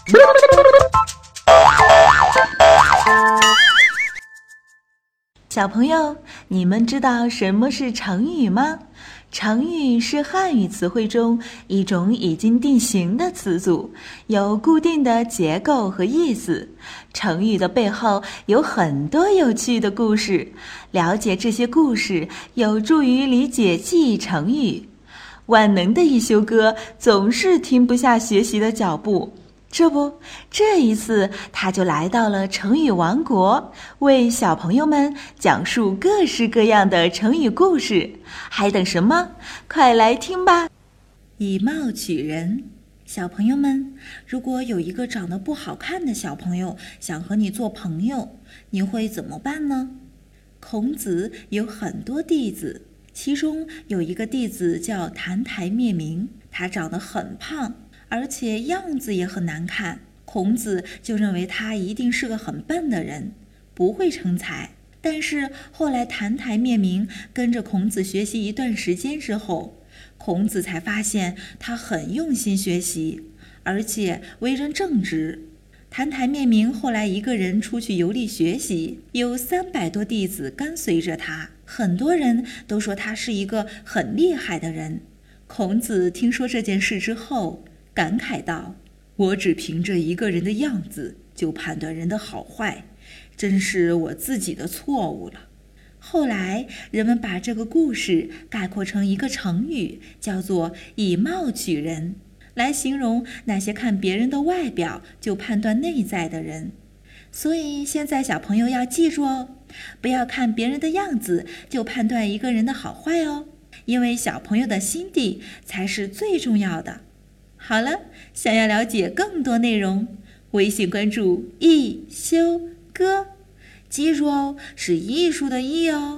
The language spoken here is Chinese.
小朋友，你们知道什么是成语吗？成语是汉语词汇中一种已经定型的词组，有固定的结构和意思。成语的背后有很多有趣的故事，了解这些故事有助于理解记忆成语。万能的一休哥总是停不下学习的脚步，这一次他就来到了成语王国，为小朋友们讲述各式各样的成语故事。还等什么？快来听吧！以貌取人。小朋友们，如果有一个长得不好看的小朋友想和你做朋友，你会怎么办呢？孔子有很多弟子，其中有一个弟子叫澹台灭明，他长得很胖，而且样子也很难看，孔子就认为他一定是个很笨的人，不会成才。但是后来澹台灭明跟着孔子学习一段时间之后，孔子才发现他很用心学习，而且为人正直。澹台灭明后来一个人出去游历学习，有300多弟子跟随着他，很多人都说他是一个很厉害的人。孔子听说这件事之后，感慨道：我只凭着一个人的样子就判断人的好坏，真是我自己的错误了。后来人们把这个故事概括成一个成语，叫做以貌取人，来形容那些看别人的外表就判断内在的人。所以现在小朋友要记住哦，不要看别人的样子就判断一个人的好坏哦，因为小朋友的心地才是最重要的。好了，想要了解更多内容，微信关注一休哥，记住哦，是艺术的艺哦。